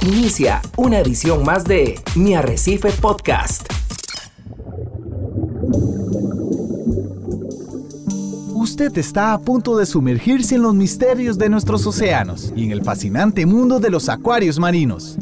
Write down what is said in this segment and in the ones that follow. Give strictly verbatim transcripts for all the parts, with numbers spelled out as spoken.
Inicia una edición más de Mi Arrecife Podcast. Usted está a punto de sumergirse en los misterios de nuestros océanos y en el fascinante mundo de los acuarios marinos.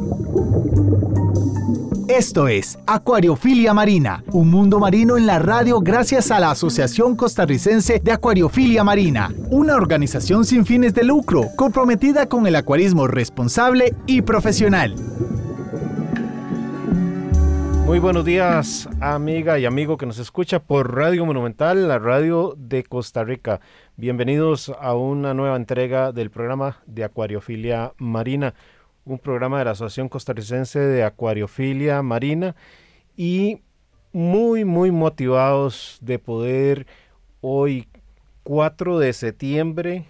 Esto es Acuariofilia Marina, un mundo marino en la radio gracias a la Asociación Costarricense de Acuariofilia Marina, una organización sin fines de lucro comprometida con el acuarismo responsable y profesional. Muy buenos días, amiga y amigo que nos escucha por Radio Monumental, la radio de Costa Rica. Bienvenidos a una nueva entrega del programa de Acuariofilia Marina, un programa de la Asociación Costarricense de Acuariofilia Marina, y muy, muy motivados de poder hoy, cuatro de septiembre,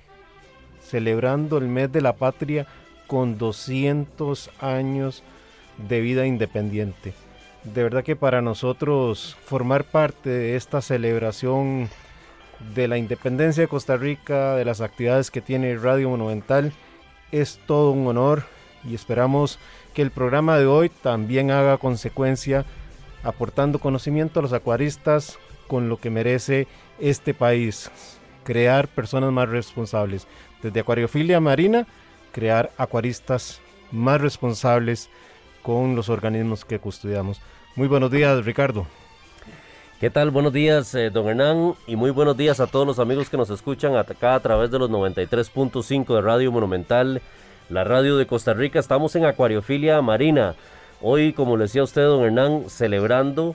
celebrando el mes de la patria con doscientos años de vida independiente. De verdad que para nosotros formar parte de esta celebración de la independencia de Costa Rica, de las actividades que tiene Radio Monumental, es todo un honor, y esperamos que el programa de hoy también haga consecuencia, aportando conocimiento a los acuaristas con lo que merece este país: crear personas más responsables. Desde Acuariofilia Marina, crear acuaristas más responsables con los organismos que custodiamos. Muy buenos días, Ricardo. ¿Qué tal? Buenos días, eh, don Hernán, y muy buenos días a todos los amigos que nos escuchan acá a través de los noventa y tres punto cinco de Radio Monumental, la radio de Costa Rica. Estamos en Acuariofilia Marina. Hoy, como le decía usted, don Hernán, celebrando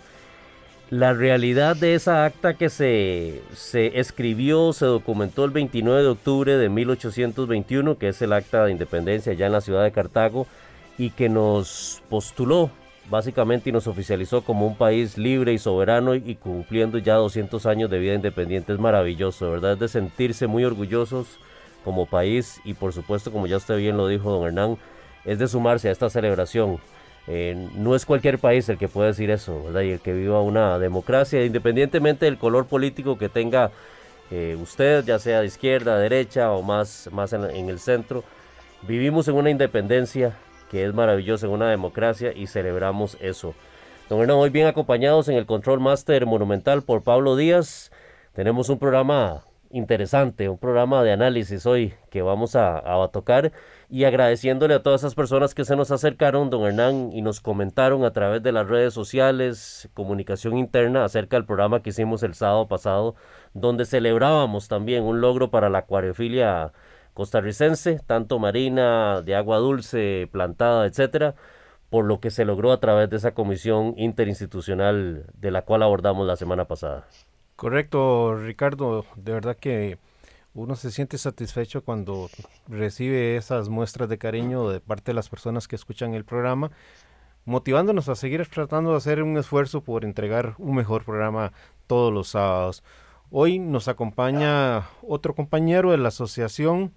la realidad de esa acta que se, se escribió, se documentó el veintinueve de octubre de mil ochocientos veintiuno, que es el acta de independencia ya en la ciudad de Cartago, y que nos postuló básicamente y nos oficializó como un país libre y soberano, y cumpliendo ya doscientos años de vida independiente. Es maravilloso, ¿verdad? Es de sentirse muy orgullosos como país, y por supuesto, como ya usted bien lo dijo, don Hernán, es de sumarse a esta celebración. Eh, no es cualquier país el que puede decir eso, ¿verdad? Y el que viva una democracia, independientemente del color político que tenga eh, usted, ya sea de izquierda, derecha o más, más en, en el centro. Vivimos en una independencia que es maravillosa, en una democracia, y celebramos eso. Don Hernán, hoy bien acompañados en el Control Master Monumental por Pablo Díaz. Tenemos un programa interesante, un programa de análisis hoy que vamos a, a tocar, y agradeciéndole a todas esas personas que se nos acercaron, don Hernán, y nos comentaron a través de las redes sociales, comunicación interna, acerca del programa que hicimos el sábado pasado, donde celebrábamos también un logro para la acuariofilia costarricense, tanto marina, de agua dulce, plantada, etcétera, por lo que se logró a través de esa comisión interinstitucional de la cual abordamos la semana pasada. Correcto, Ricardo. De verdad que uno se siente satisfecho cuando recibe esas muestras de cariño de parte de las personas que escuchan el programa, motivándonos a seguir tratando de hacer un esfuerzo por entregar un mejor programa todos los sábados. Hoy nos acompaña otro compañero de la asociación,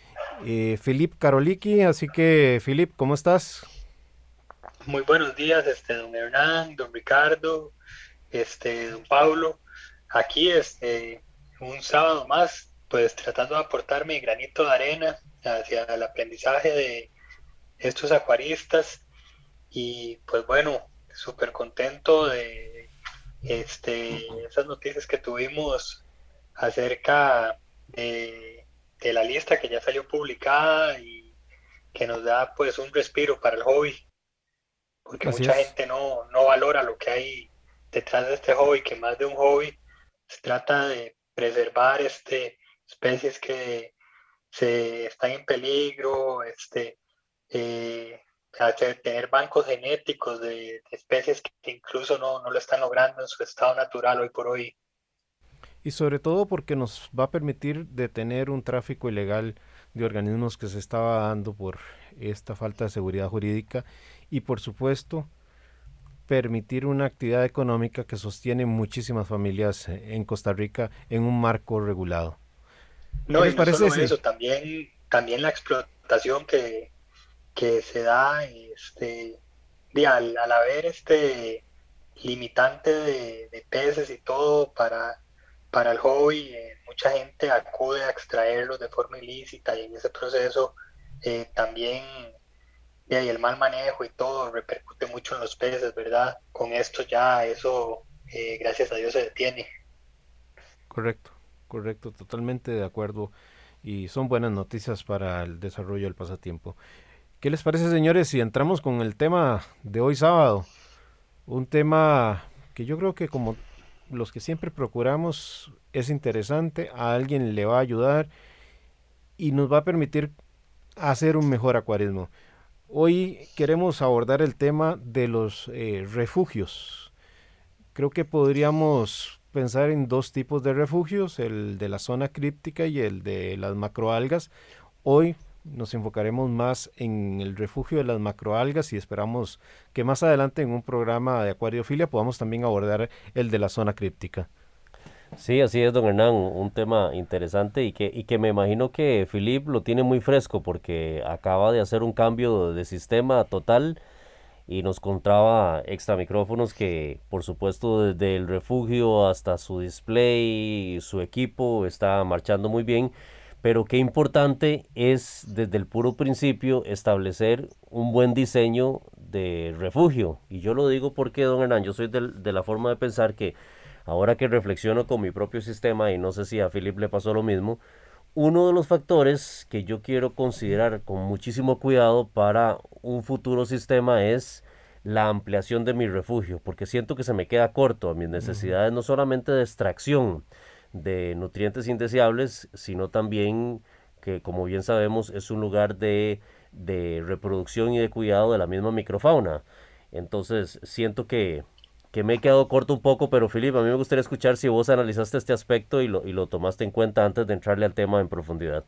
eh, Filip Karoliki. Así que, Filip, ¿cómo estás? Muy buenos días, este, don Hernán, don Ricardo, este, don Pablo. Aquí, este, un sábado más, pues tratando de aportar mi granito de arena hacia el aprendizaje de estos acuaristas. Y pues bueno, súper contento de este, esas noticias que tuvimos acerca de, de la lista que ya salió publicada, y que nos da pues un respiro para el hobby, porque Así mucha es. gente no, no valora lo que hay detrás de este hobby, que más de un hobby se trata de preservar este, especies que se están en peligro, este, eh, hacer, tener bancos genéticos de, de especies que incluso no, no lo están logrando en su estado natural hoy por hoy. Y sobre todo porque nos va a permitir detener un tráfico ilegal de organismos que se estaba dando por esta falta de seguridad jurídica, y por supuesto permitir una actividad económica que sostiene muchísimas familias en Costa Rica en un marco regulado. No, ¿Qué y les no parece? solo Sí. eso, también, también la explotación que, que se da, este, de, al, al haber este limitante de, de peces y todo para, para el hobby, eh, mucha gente acude a extraerlos de forma ilícita, y en ese proceso eh, también y ahí el mal manejo y todo repercute mucho en los peces, ¿verdad? Con esto ya eso, eh, gracias a Dios, se detiene. Correcto, correcto, totalmente de acuerdo. Y son buenas noticias para el desarrollo del pasatiempo. ¿Qué les parece, señores, si entramos con el tema de hoy sábado? Un tema que yo creo que, como los que siempre procuramos, es interesante, a alguien le va a ayudar y nos va a permitir hacer un mejor acuarismo. Hoy queremos abordar el tema de los eh, refugios. Creo que podríamos pensar en dos tipos de refugios, el de la zona críptica y el de las macroalgas. Hoy nos enfocaremos más en el refugio de las macroalgas y esperamos que más adelante en un programa de acuariofilia podamos también abordar el de la zona críptica. Sí, así es, don Hernán, un tema interesante y que, y que me imagino que Philip lo tiene muy fresco porque acaba de hacer un cambio de sistema total y nos contaba extra micrófonos que, por supuesto, desde el refugio hasta su display, su equipo está marchando muy bien, pero qué importante es desde el puro principio establecer un buen diseño de refugio. Y yo lo digo porque, don Hernán, yo soy del, de la forma de pensar que ahora que reflexiono con mi propio sistema, y no sé si a Philip le pasó lo mismo, uno de los factores que yo quiero considerar con muchísimo cuidado para un futuro sistema es la ampliación de mi refugio, porque siento que se me queda corto a mis necesidades, no solamente de extracción de nutrientes indeseables, sino también que, como bien sabemos, es un lugar de, de reproducción y de cuidado de la misma microfauna. Entonces siento que que me he quedado corto un poco, pero Felipe, a mí me gustaría escuchar si vos analizaste este aspecto y lo, y lo tomaste en cuenta antes de entrarle al tema en profundidad.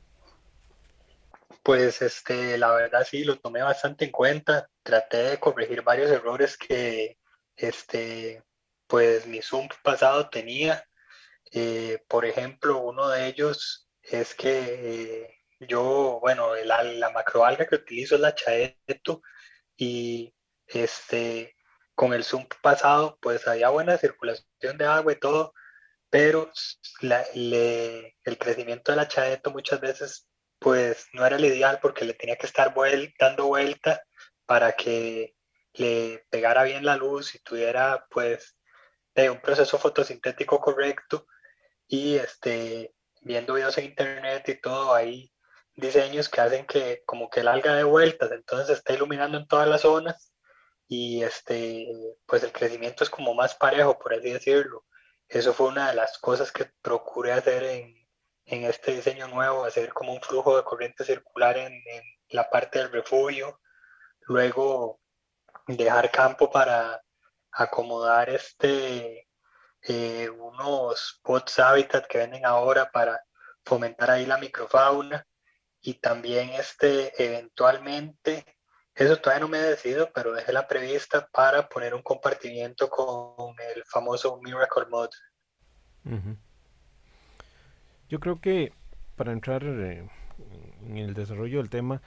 Pues este, la verdad sí, lo tomé bastante en cuenta. Traté de corregir varios errores que este, pues mi Zoom pasado tenía. Eh, por ejemplo, uno de ellos es que eh, yo, bueno, la, la macroalga que utilizo es la chaeto y este, con el Zoom pasado pues había buena circulación de agua y todo, pero la- le- el crecimiento de la chaeto muchas veces pues no era el ideal porque le tenía que estar vuel- dando vuelta para que le pegara bien la luz y tuviera pues de un proceso fotosintético correcto y este, viendo videos en internet y todo, hay diseños que hacen que como que el alga dé vueltas, entonces se está iluminando en todas las zonas y este, pues el crecimiento es como más parejo, por así decirlo. Eso fue una de las cosas que procuré hacer en, en este diseño nuevo, hacer como un flujo de corriente circular en, en la parte del refugio, luego dejar campo para acomodar este, eh, unos pots hábitat que venden ahora para fomentar ahí la microfauna y también este eventualmente, eso todavía no me he decidido, pero dejé la prevista para poner un compartimiento con el famoso Miracle Mod. Uh-huh. Yo creo que para entrar eh, en el desarrollo del tema,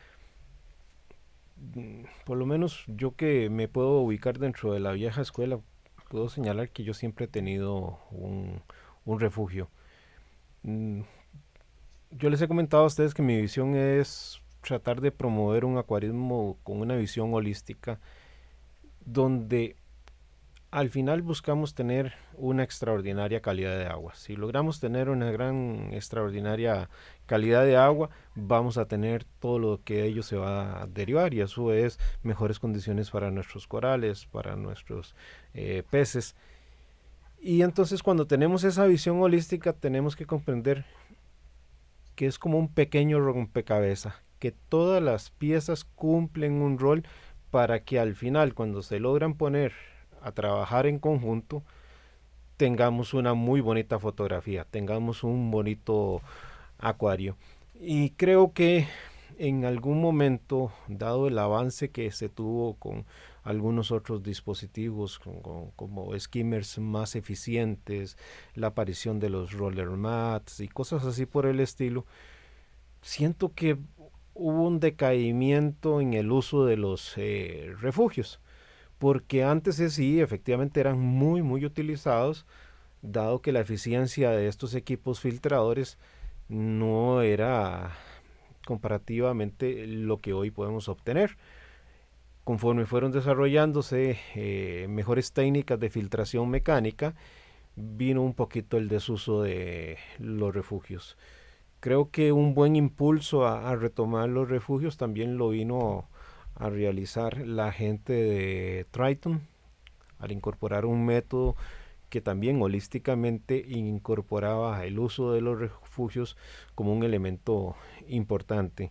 por lo menos yo que me puedo ubicar dentro de la vieja escuela, puedo señalar que yo siempre he tenido un, un refugio. Mm, Yo les he comentado a ustedes que mi visión es tratar de promover un acuarismo con una visión holística, donde al final buscamos tener una extraordinaria calidad de agua. Si logramos tener una gran, extraordinaria calidad de agua, vamos a tener todo lo que de ello se va a derivar, y eso es mejores condiciones para nuestros corales, para nuestros eh, peces. Y entonces, cuando tenemos esa visión holística, tenemos que comprender que es como un pequeño rompecabezas, que todas las piezas cumplen un rol para que al final, cuando se logran poner a trabajar en conjunto, tengamos una muy bonita fotografía, tengamos un bonito acuario. Y creo que en algún momento, dado el avance que se tuvo con algunos otros dispositivos con, con, como skimmers más eficientes, la aparición de los roller mats y cosas así por el estilo, siento que hubo un decaimiento en el uso de los eh, refugios, porque antes sí, efectivamente eran muy muy utilizados, dado que la eficiencia de estos equipos filtradores no era comparativamente lo que hoy podemos obtener. conforme fueron desarrollándose eh, mejores técnicas de filtración mecánica, vino un poquito el desuso de los refugios. Creo que un buen impulso a, a retomar los refugios también lo vino a realizar la gente de Triton, al incorporar un método que también holísticamente incorporaba el uso de los refugios como un elemento importante.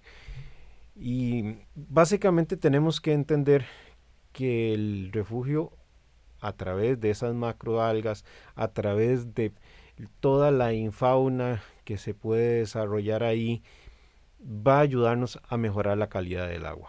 Y básicamente tenemos que entender que el refugio, a través de esas macroalgas, a través de toda la infauna que se puede desarrollar ahí, va a ayudarnos a mejorar la calidad del agua.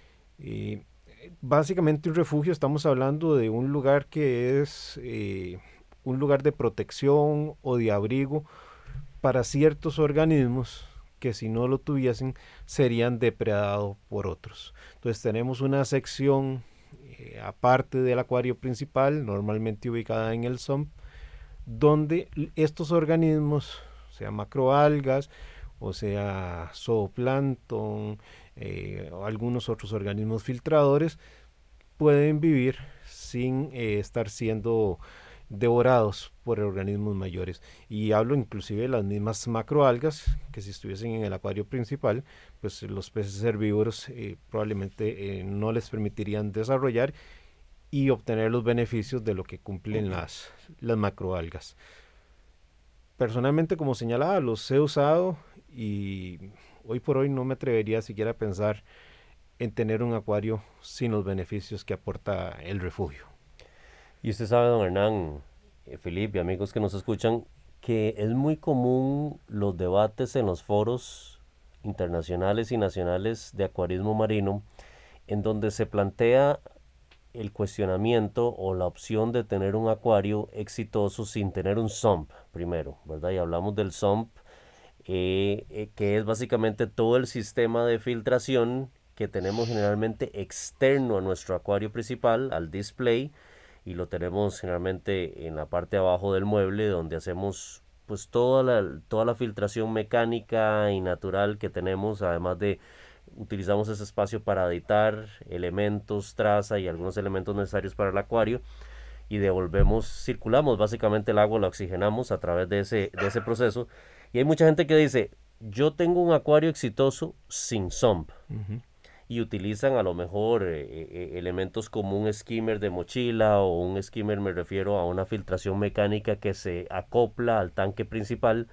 Y básicamente un refugio, estamos hablando de un lugar que es eh, un lugar de protección o de abrigo para ciertos organismos que si no lo tuviesen serían depredados por otros. Entonces tenemos una sección eh, aparte del acuario principal, normalmente ubicada en el sump, donde estos organismos, sea macroalgas o sea zooplancton, eh, o algunos otros organismos filtradores, pueden vivir sin eh, estar siendo devorados por organismos mayores. Y hablo inclusive de las mismas macroalgas, que si estuviesen en el acuario principal, pues los peces herbívoros eh, probablemente eh, no les permitirían desarrollar y obtener los beneficios de lo que cumplen las, las macroalgas. Personalmente, como señalaba, los he usado y hoy por hoy no me atrevería siquiera a pensar en tener un acuario sin los beneficios que aporta el refugio. Y usted sabe, don Hernán, eh, Felipe, amigos que nos escuchan, que es muy común los debates en los foros internacionales y nacionales de acuarismo marino, en donde se plantea el cuestionamiento o la opción de tener un acuario exitoso sin tener un sump primero, ¿verdad? Y hablamos del sump, eh, eh, que es básicamente todo el sistema de filtración que tenemos generalmente externo a nuestro acuario principal, al display, y lo tenemos generalmente en la parte de abajo del mueble, donde hacemos pues toda la, toda la filtración mecánica y natural que tenemos, además de utilizamos ese espacio para editar elementos, traza y algunos elementos necesarios para el acuario, y devolvemos, circulamos básicamente el agua, la oxigenamos a través de ese, de ese proceso. Y hay mucha gente que dice, yo tengo un acuario exitoso sin sump. Uh-huh. Y utilizan a lo mejor eh, eh, elementos como un skimmer de mochila, o un skimmer, me refiero a una filtración mecánica que se acopla al tanque principal.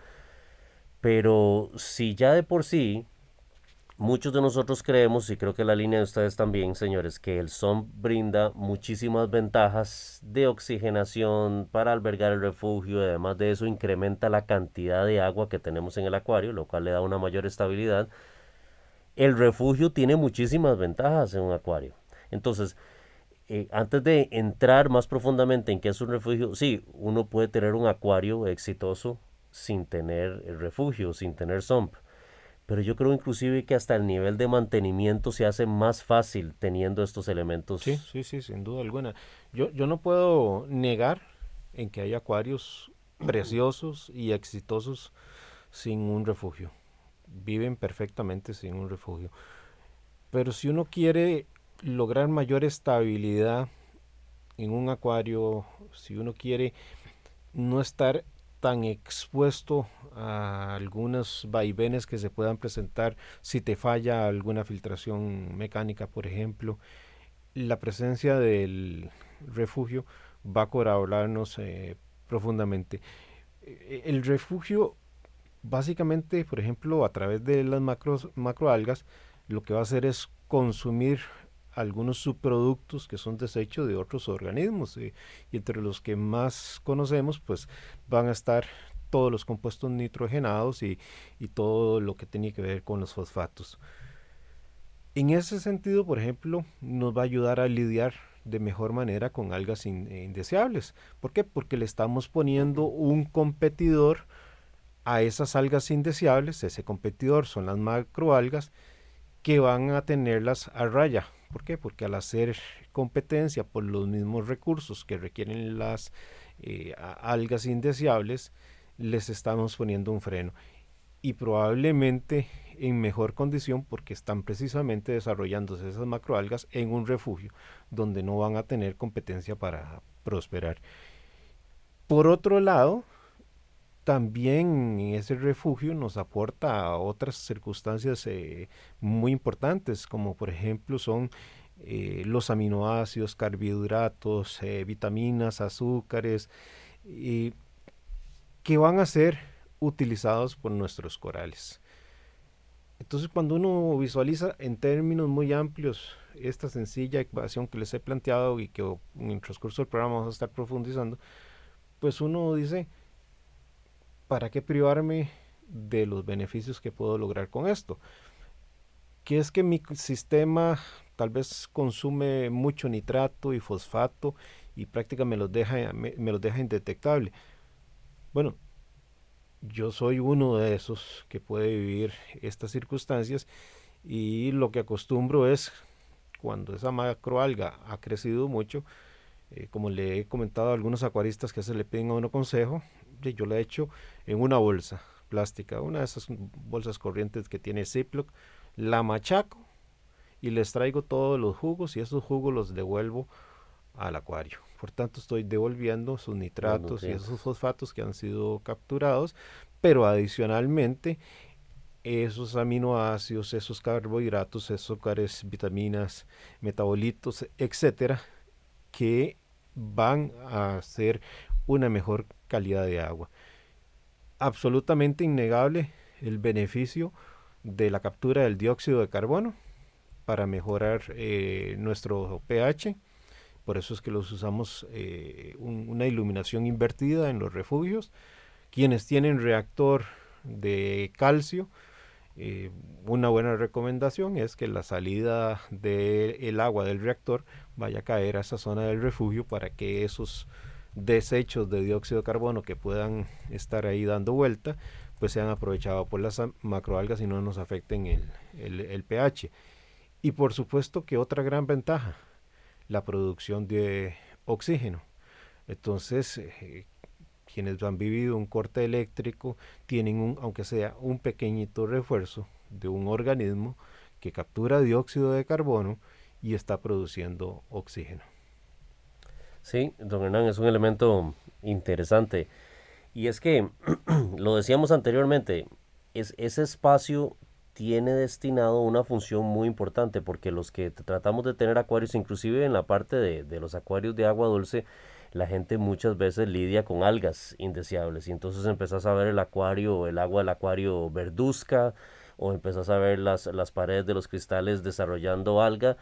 Pero si ya de por sí muchos de nosotros creemos, y creo que la línea de ustedes también, señores, que el sump brinda muchísimas ventajas de oxigenación para albergar el refugio, y además de eso incrementa la cantidad de agua que tenemos en el acuario, lo cual le da una mayor estabilidad. El refugio tiene muchísimas ventajas en un acuario. Entonces, eh, antes de entrar más profundamente en qué es un refugio, sí, uno puede tener un acuario exitoso sin tener el refugio, sin tener sump. Pero yo creo inclusive que hasta el nivel de mantenimiento se hace más fácil teniendo estos elementos. Sí, sí, sí, sin duda alguna. Yo, yo no puedo negar en que hay acuarios preciosos y exitosos sin un refugio. Viven perfectamente sin un refugio. Pero si uno quiere lograr mayor estabilidad en un acuario, si uno quiere no estar tan expuesto a algunos vaivenes que se puedan presentar si te falla alguna filtración mecánica, por ejemplo, la presencia del refugio va a colaborarnos eh, profundamente. El refugio básicamente, por ejemplo, a través de las macros, macroalgas, lo que va a hacer es consumir algunos subproductos que son desechos de otros organismos, eh, y entre los que más conocemos pues van a estar todos los compuestos nitrogenados y, y todo lo que tiene que ver con los fosfatos. En ese sentido, por ejemplo, nos va a ayudar a lidiar de mejor manera con algas in, indeseables. ¿Por qué? Porque le estamos poniendo un competidor a esas algas indeseables. Ese competidor son las macroalgas, que van a tenerlas a raya. ¿Por qué? Porque al hacer competencia por los mismos recursos que requieren las eh, algas indeseables, les estamos poniendo un freno. Y probablemente en mejor condición porque están precisamente desarrollándose esas macroalgas en un refugio donde no van a tener competencia para prosperar. Por otro lado, también ese refugio nos aporta otras circunstancias eh, muy importantes, como por ejemplo son eh, los aminoácidos, carbohidratos, eh, vitaminas, azúcares, eh, que van a ser utilizados por nuestros corales. Entonces, cuando uno visualiza en términos muy amplios esta sencilla ecuación que les he planteado y que en el transcurso del programa vamos a estar profundizando, pues uno dice, ¿para qué privarme de los beneficios que puedo lograr con esto? Que es que mi sistema tal vez consume mucho nitrato y fosfato y prácticamente me los deja, me, me los deja indetectable. Bueno, yo soy uno de esos que puede vivir estas circunstancias y lo que acostumbro es, cuando esa macroalga ha crecido mucho, eh, como le he comentado a algunos acuaristas que a veces le piden a uno consejo, yo la he hecho en una bolsa plástica, una de esas bolsas corrientes que tiene Ziploc, la machaco y les traigo todos los jugos y esos jugos los devuelvo al acuario. Por tanto, estoy devolviendo sus nitratos y esos fosfatos que han sido capturados, pero adicionalmente esos aminoácidos, esos carbohidratos, azúcares, vitaminas, metabolitos, etcétera, que van a hacer una mejor calidad de agua. Absolutamente innegable el beneficio de la captura del dióxido de carbono para mejorar eh, nuestro pH. Por eso es que los usamos eh, un, una iluminación invertida en los refugios. Quienes tienen reactor de calcio, eh, una buena recomendación es que la salida del agua del reactor vaya a caer a esa zona del refugio para que esos desechos de dióxido de carbono que puedan estar ahí dando vuelta, pues sean aprovechados por las macroalgas y no nos afecten el, el, el pH. Y por supuesto que otra gran ventaja, la producción de oxígeno. Entonces, eh, quienes han vivido un corte eléctrico tienen, un, aunque sea un pequeñito refuerzo de un organismo que captura dióxido de carbono y está produciendo oxígeno. Sí, don Hernán, es un elemento interesante. Y es que, lo decíamos anteriormente, es, ese espacio tiene destinado una función muy importante, porque los que tratamos de tener acuarios, inclusive en la parte de, de los acuarios de agua dulce, la gente muchas veces lidia con algas indeseables, y entonces empezás a ver el acuario, el agua del acuario verduzca, o empezás a ver las, las paredes de los cristales desarrollando alga,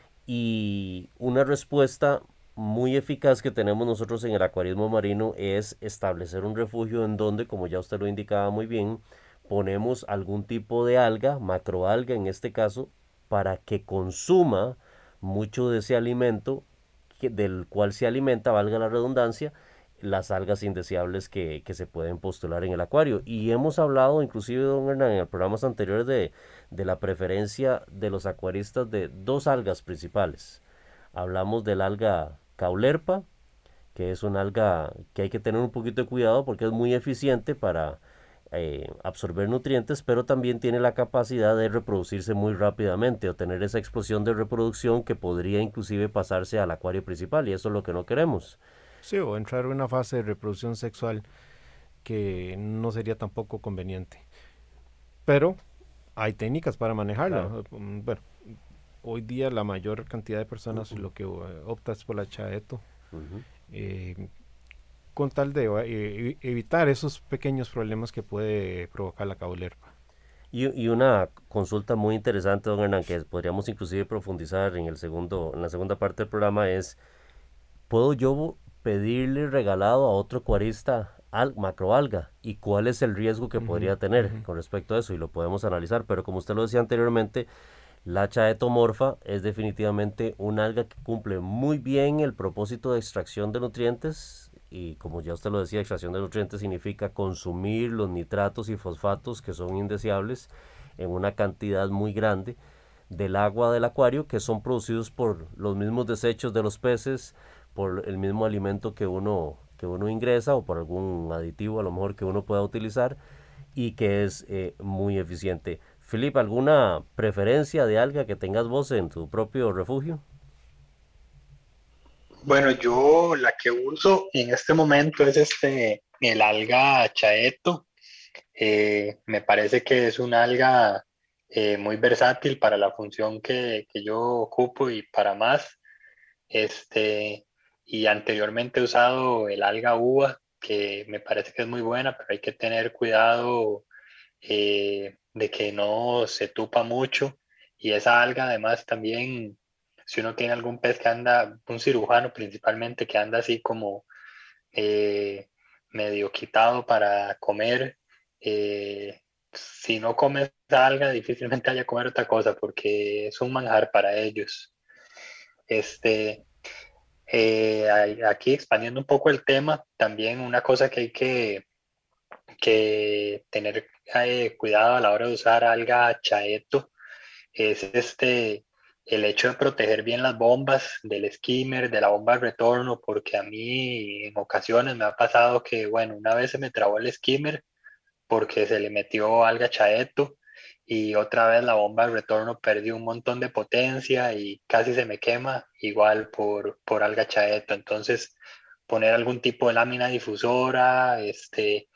y una respuesta muy eficaz que tenemos nosotros en el acuarismo marino es establecer un refugio en donde, como ya usted lo indicaba muy bien, ponemos algún tipo de alga, macroalga en este caso, para que consuma mucho de ese alimento que, del cual se alimenta, valga la redundancia, las algas indeseables que, que se pueden postular en el acuario. Y hemos hablado, inclusive, don Hernán, en programas anteriores de, de la preferencia de los acuaristas de dos algas principales. Hablamos del alga caulerpa, que es una alga que hay que tener un poquito de cuidado porque es muy eficiente para eh, absorber nutrientes, pero también tiene la capacidad de reproducirse muy rápidamente o tener esa explosión de reproducción que podría inclusive pasarse al acuario principal, y eso es lo que no queremos. Sí, o entrar en una fase de reproducción sexual que no sería tampoco conveniente. Pero hay técnicas para manejarlo. Claro. Bueno, hoy día la mayor cantidad de personas uh-huh. lo que uh, opta es por la chaeto, uh-huh. eh, con tal de eh, evitar esos pequeños problemas que puede provocar la caulerpa. Y, y una consulta muy interesante, don Hernán, que podríamos inclusive profundizar en el segundo, en la segunda parte del programa es, ¿puedo yo pedirle regalado a otro acuarista al, macroalga? ¿Y cuál es el riesgo que uh-huh. podría tener uh-huh. con respecto a eso? Y lo podemos analizar, pero como usted lo decía anteriormente, la chaetomorfa es definitivamente un alga que cumple muy bien el propósito de extracción de nutrientes, y como ya usted lo decía, extracción de nutrientes significa consumir los nitratos y fosfatos que son indeseables en una cantidad muy grande del agua del acuario, que son producidos por los mismos desechos de los peces, por el mismo alimento que uno, que uno ingresa, o por algún aditivo a lo mejor que uno pueda utilizar, y que es eh, muy eficiente. Felipe, ¿alguna preferencia de alga que tengas vos en tu propio refugio? Bueno, yo la que uso en este momento es este, el alga chaeto. Eh, me parece que es un alga eh, muy versátil para la función que, que yo ocupo y para más. Este, y anteriormente he usado el alga uva, que me parece que es muy buena, pero hay que tener cuidado eh, de que no se tupa mucho. Y esa alga además también, si uno tiene algún pez que anda, un cirujano principalmente, que anda así como eh, medio quitado para comer, eh, si no come esa alga, difícilmente haya comer otra cosa porque es un manjar para ellos. Este, eh, aquí expandiendo un poco el tema, también una cosa que hay que, que tener eh, cuidado a la hora de usar alga chaeto es este, el hecho de proteger bien las bombas del skimmer, de la bomba de retorno, porque a mí en ocasiones me ha pasado que, bueno, una vez se me trabó el skimmer porque se le metió alga chaeto y otra vez la bomba de retorno perdió un montón de potencia y casi se me quema, igual por, por alga chaeto. Entonces, poner algún tipo de lámina difusora, este,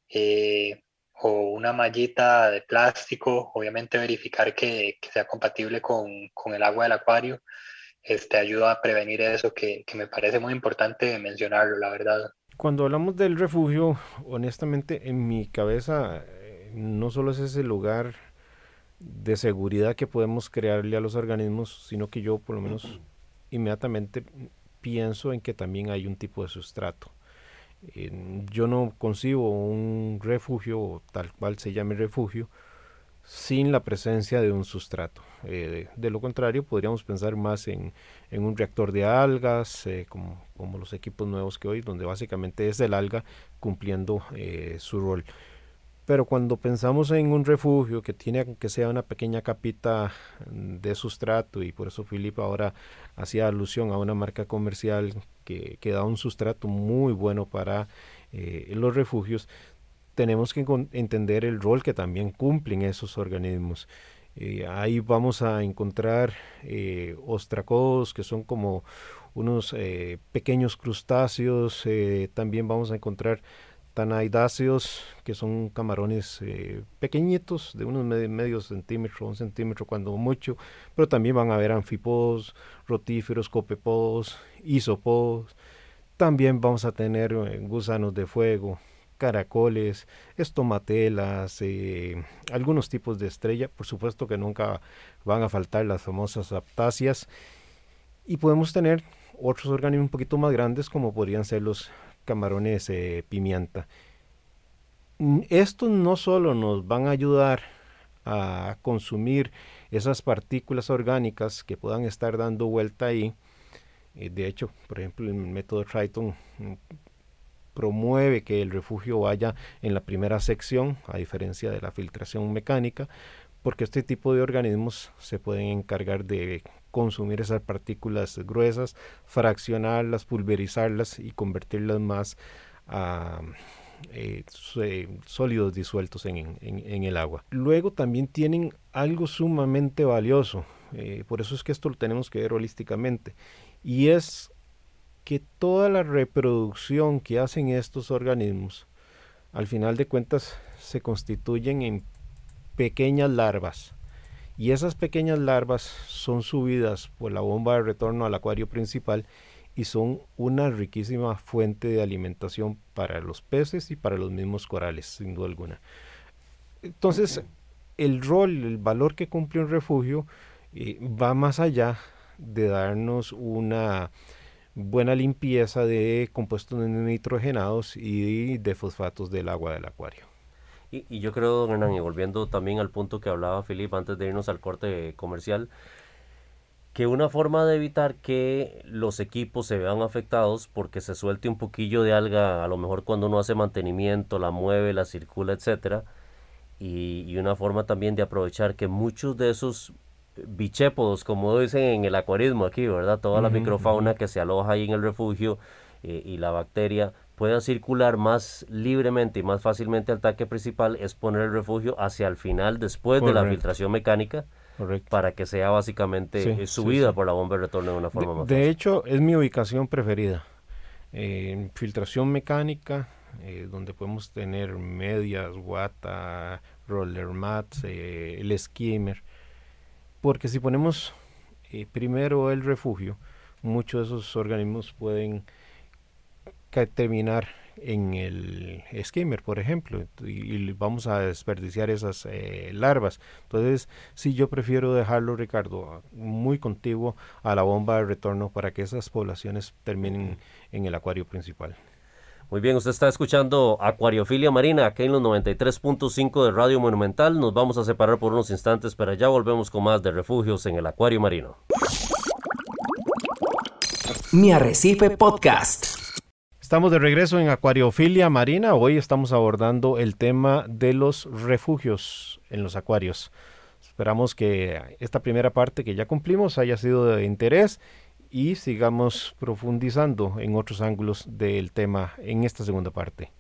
eh, o una mallita de plástico, obviamente verificar que, que sea compatible con, con, el agua del acuario, este, ayuda a prevenir eso que, que me parece muy importante mencionarlo, la verdad. Cuando hablamos del refugio, honestamente en mi cabeza eh, no solo es ese lugar de seguridad que podemos crearle a los organismos, sino que yo por lo menos inmediatamente pienso en que también hay un tipo de sustrato. Eh, yo no concibo un refugio, tal cual se llame refugio, sin la presencia de un sustrato. Eh, de, de lo contrario, podríamos pensar más en, en un reactor de algas, eh, como, como los equipos nuevos que hoy, donde básicamente es el alga cumpliendo eh, su rol. Pero cuando pensamos en un refugio que tiene que sea una pequeña capita de sustrato, y por eso Felipe ahora hacía alusión a una marca comercial que, que da un sustrato muy bueno para eh, los refugios, tenemos que entender el rol que también cumplen esos organismos. Eh, ahí vamos a encontrar eh, ostracodos, que son como unos eh, pequeños crustáceos. Eh, también vamos a encontrar tanaidáceos, que son camarones eh, pequeñitos, de unos med medio centímetro, un centímetro cuando mucho, pero también van a haber anfípodos, rotíferos, copepodos, isopodos. También vamos a tener eh, gusanos de fuego, caracoles, estomatelas, eh, algunos tipos de estrella. Por supuesto que nunca van a faltar las famosas aptáceas, y podemos tener otros organismos un poquito más grandes, como podrían ser los camarones eh, pimienta. Estos no solo nos van a ayudar a consumir esas partículas orgánicas que puedan estar dando vuelta ahí. Eh, de hecho, por ejemplo, el método Triton promueve que el refugio vaya en la primera sección, a diferencia de la filtración mecánica, porque este tipo de organismos se pueden encargar de consumir esas partículas gruesas, fraccionarlas, pulverizarlas y convertirlas más a eh, sólidos disueltos en, en, en el agua. Luego también tienen algo sumamente valioso, eh, por eso es que esto lo tenemos que ver holísticamente, y es que toda la reproducción que hacen estos organismos, al final de cuentas, se constituyen en pequeñas larvas, y esas pequeñas larvas son subidas por la bomba de retorno al acuario principal y son una riquísima fuente de alimentación para los peces y para los mismos corales, sin duda alguna. Entonces, el rol, el valor que cumple un refugio eh, va más allá de darnos una buena limpieza de compuestos nitrogenados y de fosfatos del agua del acuario. Y, y yo creo, don Hernán, y volviendo también al punto que hablaba Felipe antes de irnos al corte comercial, que una forma de evitar que los equipos se vean afectados porque se suelte un poquillo de alga, a lo mejor cuando uno hace mantenimiento, la mueve, la circula, etcétera, y, y una forma también de aprovechar que muchos de esos bichépodos, como dicen en el acuarismo aquí, ¿verdad? Toda la uh-huh, microfauna uh-huh. que se aloja ahí en el refugio eh, y la bacteria pueda circular más libremente y más fácilmente al tanque principal es poner el refugio hacia el final después Correcto. de la filtración mecánica. Correcto. Para que sea básicamente sí, subida sí, sí. por la bomba de retorno de una forma de, más de fácil. De hecho, es mi ubicación preferida. Eh, filtración mecánica, eh, donde podemos tener medias, guata, roller mats, eh, el skimmer. Porque si ponemos eh, primero el refugio, muchos de esos organismos pueden terminar en el skimmer, por ejemplo, y, y vamos a desperdiciar esas eh, larvas. Entonces, sí, yo prefiero dejarlo, Ricardo, muy contiguo a la bomba de retorno para que esas poblaciones terminen en el acuario principal. Muy bien, usted está escuchando Acuariofilia Marina, aquí en los noventa y tres punto cinco de Radio Monumental. Nos vamos a separar por unos instantes, pero ya volvemos con más de refugios en el acuario marino. Mi Arrecife Podcast. Estamos de regreso en Acuariofilia Marina. Hoy estamos abordando el tema de los refugios en los acuarios. Esperamos que esta primera parte que ya cumplimos haya sido de interés y sigamos profundizando en otros ángulos del tema en esta segunda parte.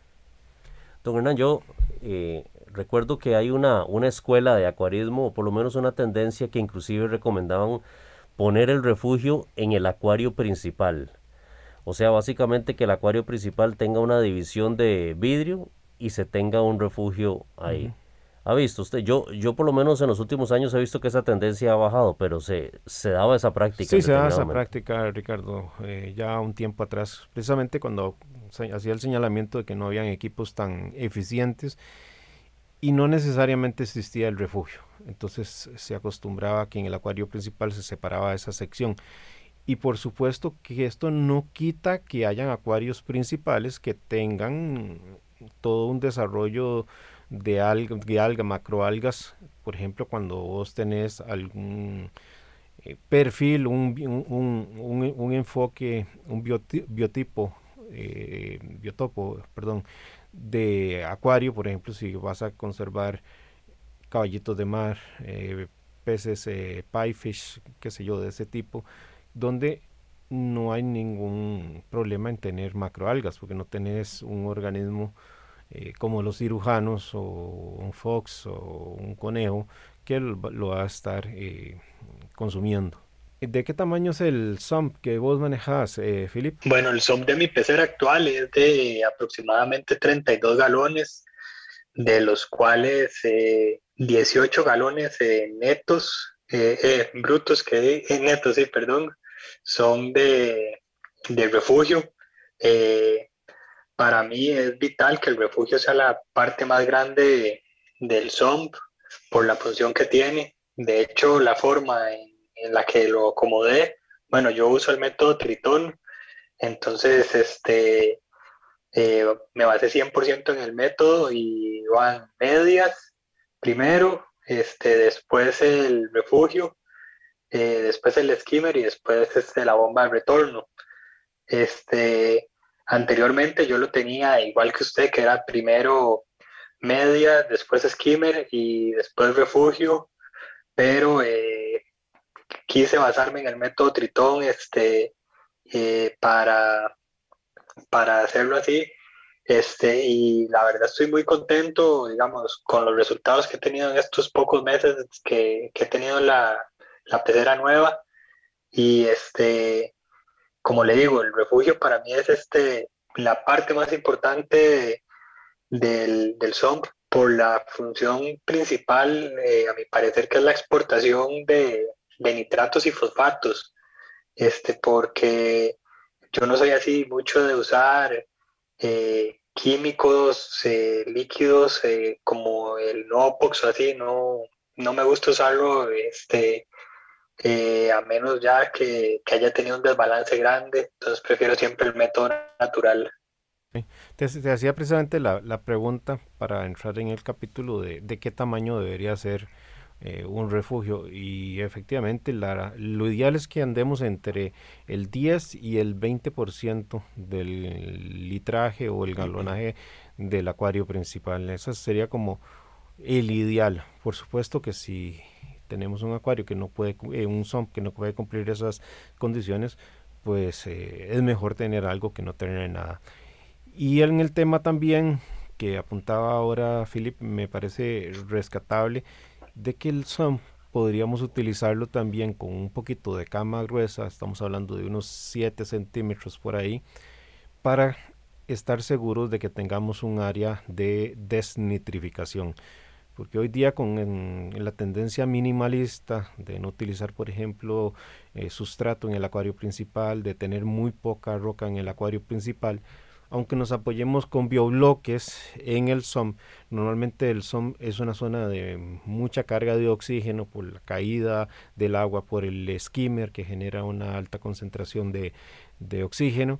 Don Hernán, yo eh, recuerdo que hay una, una escuela de acuarismo, o por lo menos una tendencia que inclusive recomendaban poner el refugio en el acuario principal. O sea, básicamente que el acuario principal tenga una división de vidrio y se tenga un refugio ahí. Uh-huh. ¿Ha visto usted? Yo yo por lo menos en los últimos años he visto que esa tendencia ha bajado, pero se, se daba esa práctica. Sí, se daba esa práctica, Ricardo, eh, ya un tiempo atrás, precisamente cuando se hacía el señalamiento de que no habían equipos tan eficientes y no necesariamente existía el refugio. Entonces se acostumbraba que en el acuario principal se separaba esa sección. Y por supuesto que esto no quita que hayan acuarios principales que tengan todo un desarrollo de alga, de alga, macroalgas. Por ejemplo, cuando vos tenés algún eh, perfil, un, un, un, un enfoque, un bioti, biotipo, eh, biotopo, perdón, de acuario, por ejemplo, si vas a conservar caballitos de mar, eh, peces, eh, piefish, qué sé yo, de ese tipo, donde no hay ningún problema en tener macroalgas, porque no tenés un organismo eh, como los cirujanos o un fox o un conejo que lo, lo va a estar eh, consumiendo. ¿De qué tamaño es el sump que vos manejás, eh, Philip? Bueno, el sump de mi pecera actual es de aproximadamente treinta y dos galones, de los cuales eh, dieciocho galones eh, netos, eh, eh, brutos, que eh, netos, sí, perdón, son de, de refugio. Eh, para mí es vital que el refugio sea la parte más grande de, del sump por la función que tiene. De hecho, la forma en, en la que lo acomodé, bueno, yo uso el método Tritón, entonces este, eh, me basé cien por ciento en el método y van medias primero, este, después el refugio, Eh, después el skimmer y después este, la bomba de retorno. Este, anteriormente yo lo tenía igual que usted, que era primero media, después skimmer y después refugio, pero eh, quise basarme en el método Tritón este, eh, para, para hacerlo así. Este, y la verdad estoy muy contento, digamos, con los resultados que he tenido en estos pocos meses que, que he tenido la la pecera nueva. Y este, como le digo, el refugio para mí es este, la parte más importante de, del, del sump por la función principal, eh, a mi parecer, que es la exportación de, de nitratos y fosfatos, este, porque yo no soy así mucho de usar eh, químicos, eh, líquidos eh, como el Nopox o así, no, no me gusta usarlo, este, Eh, a menos ya que, que haya tenido un desbalance grande, entonces prefiero siempre el método natural. Te, te hacía precisamente la, la pregunta para entrar en el capítulo de, de qué tamaño debería ser eh, un refugio, y efectivamente la, lo ideal es que andemos entre el diez y el veinte por ciento del litraje o el galonaje del acuario principal. Eso sería como el ideal. Por supuesto que si tenemos un acuario que no puede, eh, un sump que no puede cumplir esas condiciones, pues eh, es mejor tener algo que no tener nada. Y en el tema también que apuntaba ahora Philip, me parece rescatable de que el S O M podríamos utilizarlo también con un poquito de cama gruesa, estamos hablando de unos siete centímetros por ahí, para estar seguros de que tengamos un área de desnitrificación. Porque hoy día con en, en la tendencia minimalista de no utilizar, por ejemplo, eh, sustrato en el acuario principal, de tener muy poca roca en el acuario principal, aunque nos apoyemos con biobloques en el S O M, normalmente el S O M es una zona de mucha carga de oxígeno por la caída del agua, por el skimmer que genera una alta concentración de, de oxígeno,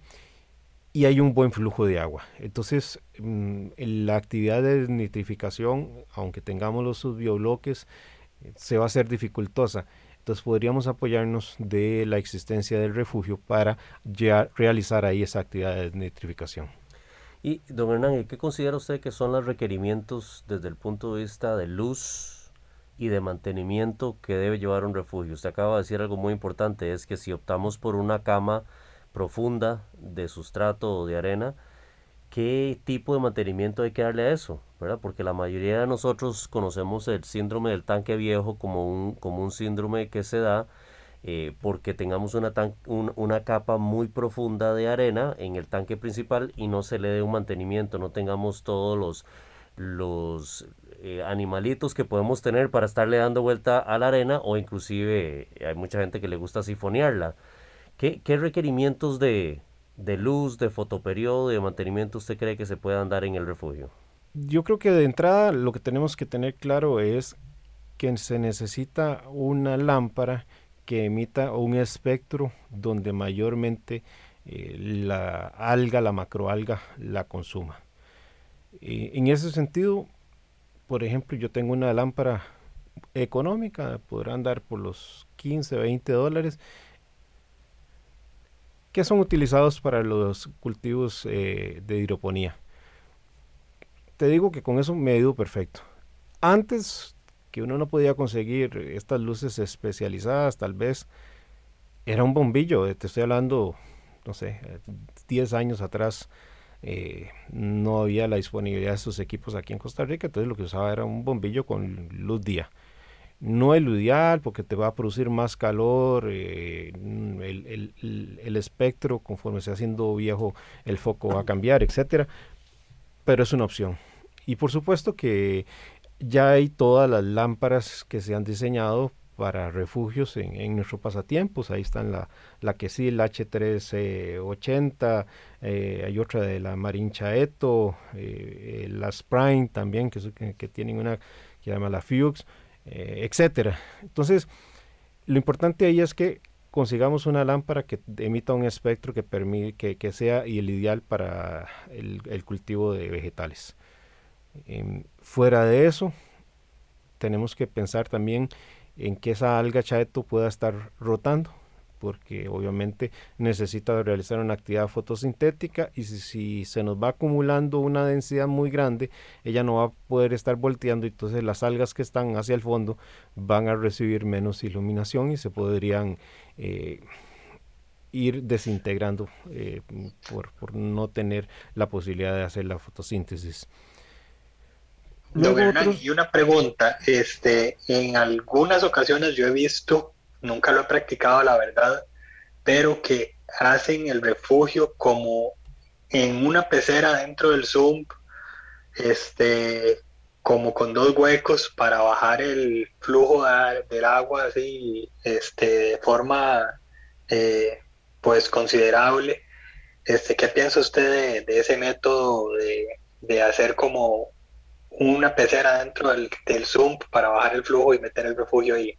y hay un buen flujo de agua. Entonces, mmm, la actividad de nitrificación, aunque tengamos los subbiobloques, se va a hacer dificultosa. Entonces podríamos apoyarnos de la existencia del refugio para ya realizar ahí esa actividad de nitrificación. Y, don Hernán, ¿qué considera usted que son los requerimientos desde el punto de vista de luz y de mantenimiento que debe llevar un refugio? Usted acaba de decir algo muy importante, es que si optamos por una cama profunda de sustrato o de arena, ¿qué tipo de mantenimiento hay que darle a eso? ¿Verdad? Porque la mayoría de nosotros conocemos el síndrome del tanque viejo como un, como un síndrome que se da eh, porque tengamos una, tan, un, una capa muy profunda de arena en el tanque principal y no se le dé un mantenimiento, no tengamos todos los, los eh, animalitos que podemos tener para estarle dando vuelta a la arena, o inclusive eh, hay mucha gente que le gusta sifonearla. ¿Qué, qué requerimientos de, de luz, de fotoperiodo, de mantenimiento usted cree que se puedan dar en el refugio? Yo creo que de entrada lo que tenemos que tener claro es que se necesita una lámpara que emita un espectro donde mayormente eh, la alga, la macroalga, la consuma. Eh, en ese sentido, por ejemplo, yo tengo una lámpara económica, podrá andar por los quince, veinte dólares, que son utilizados para los cultivos eh, de hidroponía. Te digo que con eso me ha ido perfecto. Antes, que uno no podía conseguir estas luces especializadas, tal vez era un bombillo. Te estoy hablando, no sé, diez años atrás, eh, no había la disponibilidad de estos equipos aquí en Costa Rica, entonces lo que usaba era un bombillo con luz día. No el ideal porque te va a producir más calor, eh, el, el, el, el espectro conforme se va haciendo viejo, el foco va a cambiar, etcétera, pero es una opción. Y por supuesto que ya hay todas las lámparas que se han diseñado para refugios en, en nuestros pasatiempos. Ahí están la, la Quesil H tres ochenta, eh, hay otra de la Marincha Eto, eh, las Prime también, que, que, que tienen una que se llama la Fuchs, eh, etcétera. Entonces, lo importante ahí es que consigamos una lámpara que emita un espectro que, permite, que, que sea y el ideal para el, el cultivo de vegetales. Eh, fuera de eso, tenemos que pensar también en que esa alga chaeto pueda estar rotando, porque obviamente necesita realizar una actividad fotosintética, y si, si se nos va acumulando una densidad muy grande, ella no va a poder estar volteando, entonces las algas que están hacia el fondo van a recibir menos iluminación y se podrían eh, ir desintegrando eh, por, por no tener la posibilidad de hacer la fotosíntesis. Don Hernán, y una pregunta, este, en algunas ocasiones yo he visto, nunca lo he practicado la verdad, pero que hacen el refugio como en una pecera dentro del sump, este, como con dos huecos para bajar el flujo de, del agua así, este, de forma eh, pues considerable. Este, ¿qué piensa usted de, de ese método de, de hacer como una pecera dentro del, del sump para bajar el flujo y meter el refugio ahí?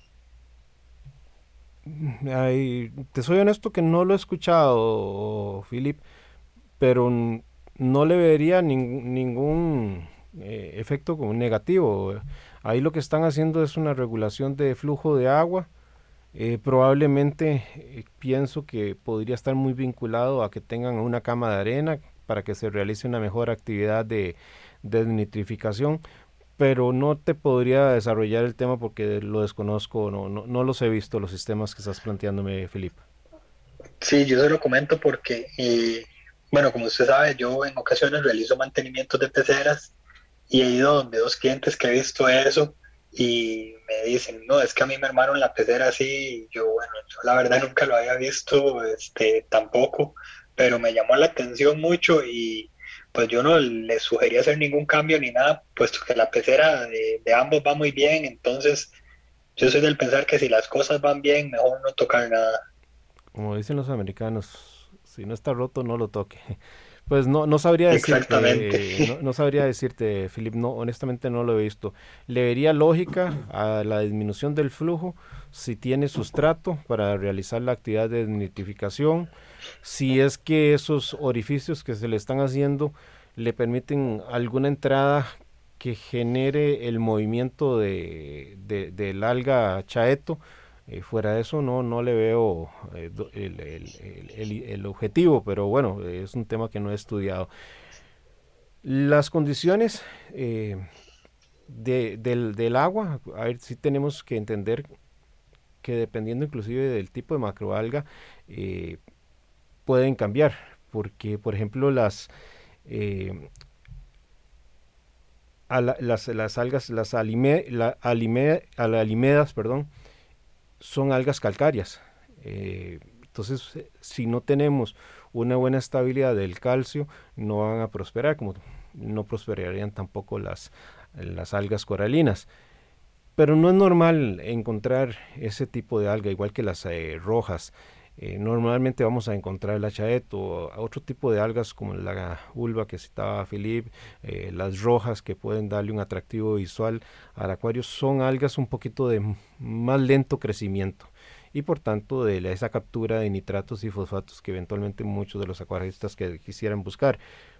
Ay, te soy honesto que no lo he escuchado, Philip, pero no le vería ning, ningún eh, efecto como negativo. Ahí lo que están haciendo es una regulación de flujo de agua. Eh, probablemente eh, pienso que podría estar muy vinculado a que tengan una cama de arena para que se realice una mejor actividad de de nitrificación, pero no te podría desarrollar el tema porque lo desconozco, no, no, no los he visto los sistemas que estás planteándome, Felipe. Sí, yo se lo comento porque eh, bueno, como usted sabe, yo en ocasiones realizo mantenimientos de peceras y he ido donde dos clientes que he visto eso y me dicen, no, es que a mí me armaron la pecera así, y yo, bueno, yo la verdad nunca lo había visto, este, tampoco, pero me llamó la atención mucho y pues yo no les sugería hacer ningún cambio ni nada, puesto que la pecera de, de ambos va muy bien, entonces yo soy del pensar que si las cosas van bien, mejor no tocar nada. Como dicen los americanos, si no está roto, no lo toque. Pues no, no sabría Exactamente. decirte, no, no sabría decirte, Philip, no, honestamente no lo he visto. Le vería lógica a la disminución del flujo si tiene sustrato para realizar la actividad de nitrificación, si es que esos orificios que se le están haciendo le permiten alguna entrada que genere el movimiento de, de, del alga chaeto. Eh, fuera de eso no, no le veo eh, el, el, el, el, el objetivo, pero bueno, es un tema que no he estudiado. Las condiciones eh, de, del, del agua, a ver, sí tenemos que entender que dependiendo inclusive del tipo de macroalga, eh, pueden cambiar, porque por ejemplo las... Eh, a la, las, las algas, las alime, la, alime, a la alimedas, perdón, son algas calcáreas. Eh, entonces, si no tenemos una buena estabilidad del calcio, no van a prosperar, como no prosperarían tampoco las, las algas coralinas. Pero no es normal encontrar ese tipo de alga, igual que las eh, rojas. Eh, normalmente vamos a encontrar el chaeto o otro tipo de algas como la ulva que citaba Philip, eh, las rojas que pueden darle un atractivo visual al acuario. Son algas un poquito de más lento crecimiento y por tanto de esa captura de nitratos y fosfatos que eventualmente muchos de los acuaristas que quisieran buscar.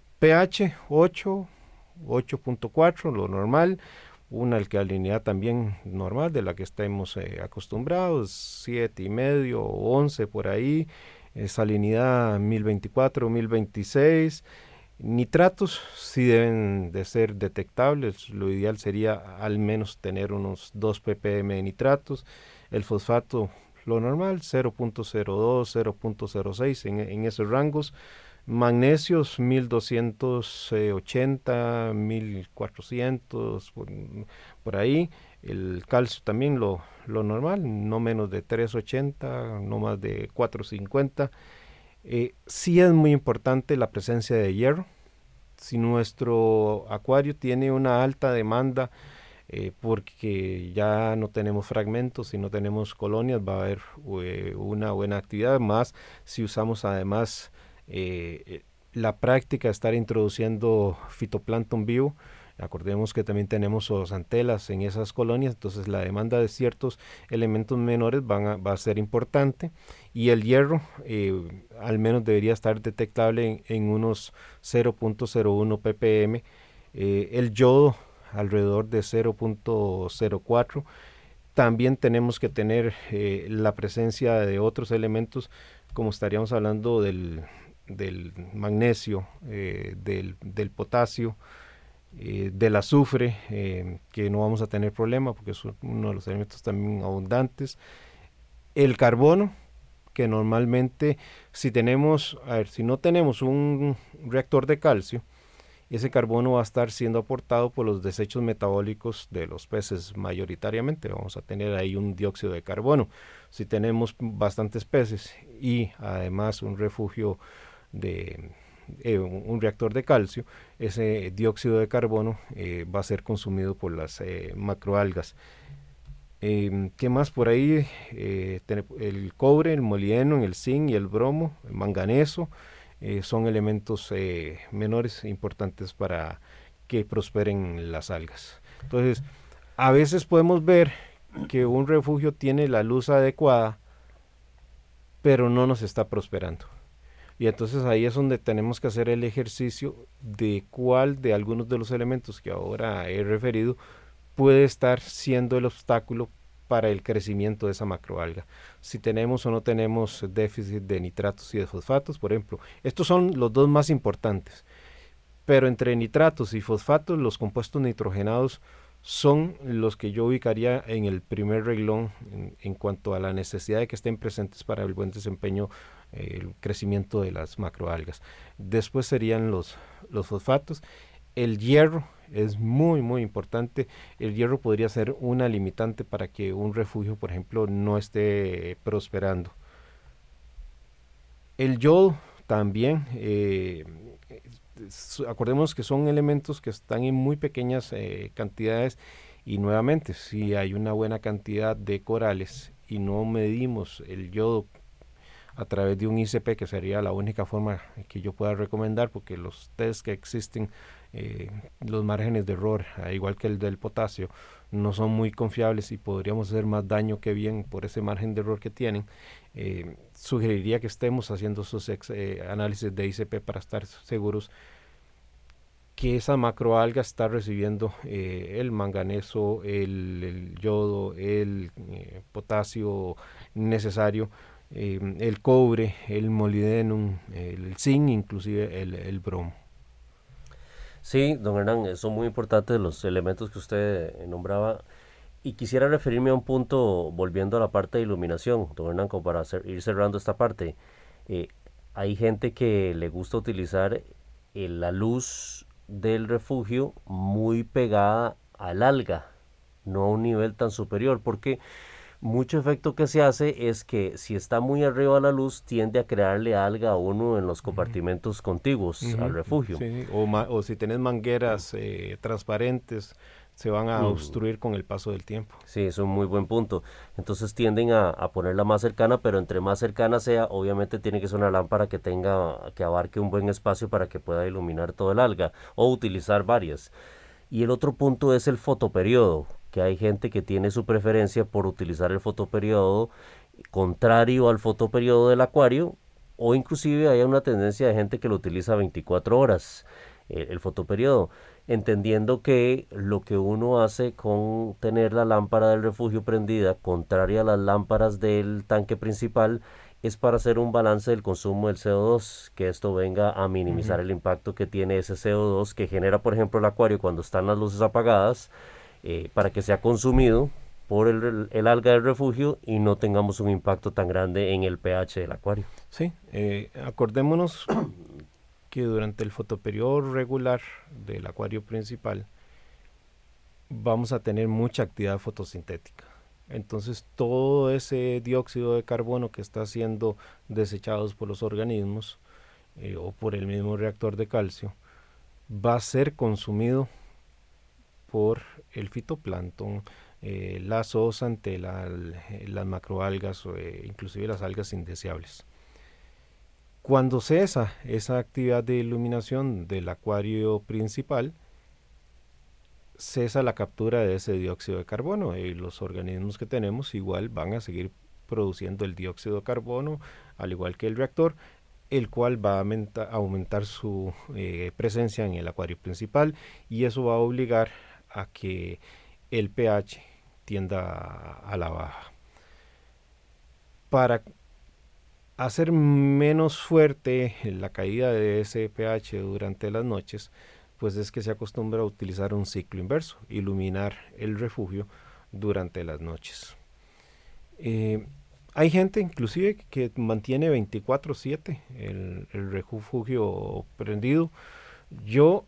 pH ocho, ocho punto cuatro, lo normal. Una alcalinidad también normal de la que estemos eh, acostumbrados, siete y medio o once por ahí, eh, salinidad mil veinticuatro, mil veintiséis, nitratos sí deben de ser detectables, lo ideal sería al menos tener unos dos ppm de nitratos, el fosfato lo normal, cero punto cero dos, cero punto cero seis en, en esos rangos. Magnesios mil doscientos ochenta, mil cuatrocientos, por, por ahí. El calcio también lo, lo normal, no menos de tres ochenta, no más de cuatro cincuenta. Eh, sí es muy importante la presencia de hierro. Si nuestro acuario tiene una alta demanda, eh, porque ya no tenemos fragmentos y no tenemos colonias, va a haber eh, una buena actividad, más si usamos además Eh, la práctica de estar introduciendo fitoplancton vivo. Acordemos que también tenemos zooxantelas en esas colonias, entonces la demanda de ciertos elementos menores van a, va a ser importante, y el hierro eh, al menos debería estar detectable en, en unos cero punto cero uno ppm, eh, el yodo alrededor de cero punto cero cuatro. También tenemos que tener eh, la presencia de otros elementos, como estaríamos hablando del del magnesio, eh, del, del potasio, eh, del azufre, eh, que no vamos a tener problema porque es uno de los elementos también abundantes. El carbono, que normalmente si tenemos, a ver, si no tenemos un reactor de calcio, ese carbono va a estar siendo aportado por los desechos metabólicos de los peces mayoritariamente. Vamos a tener ahí un dióxido de carbono. Si tenemos bastantes peces y además un refugio de eh, un, un reactor de calcio, ese dióxido de carbono eh, va a ser consumido por las eh, macroalgas. Eh, ¿Qué más por ahí? Eh, el cobre, el molibdeno, el zinc y el bromo, el manganeso, eh, son elementos eh, menores importantes para que prosperen las algas. Entonces, a veces podemos ver que un refugio tiene la luz adecuada, pero no nos está prosperando. Y entonces ahí es donde tenemos que hacer el ejercicio de cuál de algunos de los elementos que ahora he referido puede estar siendo el obstáculo para el crecimiento de esa macroalga. Si tenemos o no tenemos déficit de nitratos y de fosfatos, por ejemplo. Estos son los dos más importantes. Pero entre nitratos y fosfatos, los compuestos nitrogenados son los que yo ubicaría en el primer renglón en, en cuanto a la necesidad de que estén presentes para el buen desempeño eh, el crecimiento de las macroalgas. Después serían los, los fosfatos. El hierro es muy muy importante. El hierro podría ser una limitante para que un refugio, por ejemplo, no esté prosperando. El yodo también, eh, acordemos que son elementos que están en muy pequeñas eh, cantidades, y nuevamente, si hay una buena cantidad de corales y no medimos el yodo a través de un I C P, que sería la única forma que yo pueda recomendar, porque los test que existen, eh, los márgenes de error, igual que el del potasio, no son muy confiables y podríamos hacer más daño que bien por ese margen de error que tienen. Eh, sugeriría que estemos haciendo esos ex, eh, análisis de I C P para estar seguros que esa macroalga está recibiendo eh, el manganeso, el, el yodo, el eh, potasio necesario, eh, el cobre, el molibdenum, el zinc, inclusive el, el bromo. Sí, don Hernán, son muy importantes los elementos que usted nombraba, y quisiera referirme a un punto volviendo a la parte de iluminación, don Hernán, como para hacer, ir cerrando esta parte. Eh, hay gente que le gusta utilizar eh, la luz del refugio muy pegada al alga, no a un nivel tan superior, porque mucho efecto que se hace es que si está muy arriba la luz tiende a crearle alga a uno en los compartimentos uh-huh. contiguos uh-huh. al refugio. Sí, o, ma- o si tenés mangueras eh, transparentes, se van a uh-huh. obstruir con el paso del tiempo. Sí, es un muy buen punto. Entonces tienden a, a ponerla más cercana, pero entre más cercana sea, obviamente tiene que ser una lámpara que tenga, que abarque un buen espacio para que pueda iluminar todo el alga, o utilizar varias. Y el otro punto es el fotoperiodo, que hay gente que tiene su preferencia por utilizar el fotoperiodo contrario al fotoperiodo del acuario, o inclusive hay una tendencia de gente que lo utiliza veinticuatro horas, el, el fotoperiodo, entendiendo que lo que uno hace con tener la lámpara del refugio prendida, contraria a las lámparas del tanque principal, es para hacer un balance del consumo del C O dos, que esto venga a minimizar uh-huh. el impacto que tiene ese C O dos que genera, por ejemplo, el acuario cuando están las luces apagadas, eh, para que sea consumido por el, el alga del refugio y no tengamos un impacto tan grande en el pH del acuario. Sí, eh, acordémonos que durante el fotoperiodo regular del acuario principal vamos a tener mucha actividad fotosintética. Entonces todo ese dióxido de carbono que está siendo desechado por los organismos eh, o por el mismo reactor de calcio va a ser consumido por el fitoplancton, eh, la zoosantela, las macroalgas o eh, inclusive las algas indeseables. Cuando cesa esa actividad de iluminación del acuario principal, cesa la captura de ese dióxido de carbono, y los organismos que tenemos igual van a seguir produciendo el dióxido de carbono, al igual que el reactor, el cual va a aumentar, aumentar su eh, presencia en el acuario principal, y eso va a obligar a que el pH tienda a, a la baja. Para hacer menos fuerte la caída de ese pH durante las noches, pues es que se acostumbra a utilizar un ciclo inverso, iluminar el refugio durante las noches. Eh, hay gente inclusive que mantiene veinticuatro siete el, el refugio prendido. Yo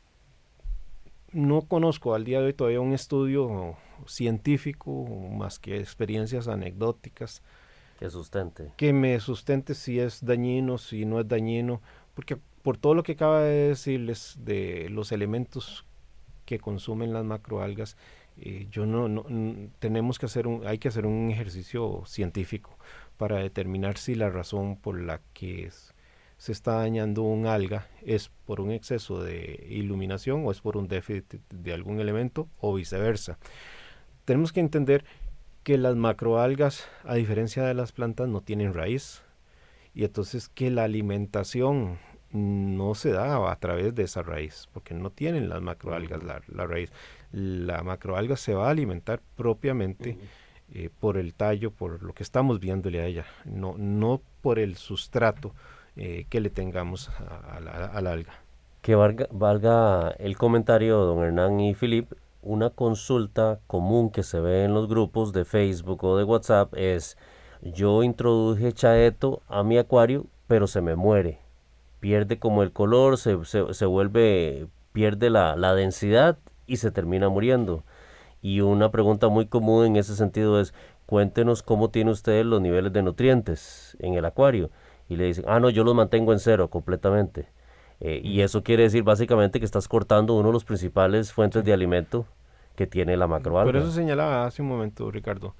no conozco al día de hoy todavía un estudio científico, más que experiencias anecdóticas, que sustente. Que me sustente si es dañino, si no es dañino, porque por todo lo que acaba de decirles de los elementos que consumen las macroalgas, eh, yo no, no n- tenemos que hacer un, hay que hacer un ejercicio científico para determinar si la razón por la que es, se está dañando un alga es por un exceso de iluminación o es por un déficit de algún elemento o viceversa. Tenemos que entender que las macroalgas, a diferencia de las plantas, no tienen raíz, y entonces que la alimentación no se da a través de esa raíz, porque no tienen las macroalgas la, la raíz. La macroalga se va a alimentar propiamente uh-huh. eh, por el tallo, por lo que estamos viéndole a ella, no, no por el sustrato eh, que le tengamos a, a la, al alga. Que valga, valga el comentario, don Hernán y Filip, una consulta común que se ve en los grupos de Facebook o de WhatsApp es: yo introduje chaeto a mi acuario, pero se me muere. Pierde como el color, se, se, se vuelve, pierde la, la densidad y se termina muriendo. Y una pregunta muy común en ese sentido es, cuéntenos cómo tiene usted los niveles de nutrientes en el acuario. Y le dicen, ah, no, yo los mantengo en cero completamente. Eh, y eso quiere decir básicamente que estás cortando uno de los principales fuentes sí. de alimento que tiene la macroalga. Por eso señalaba hace un momento, Ricardo,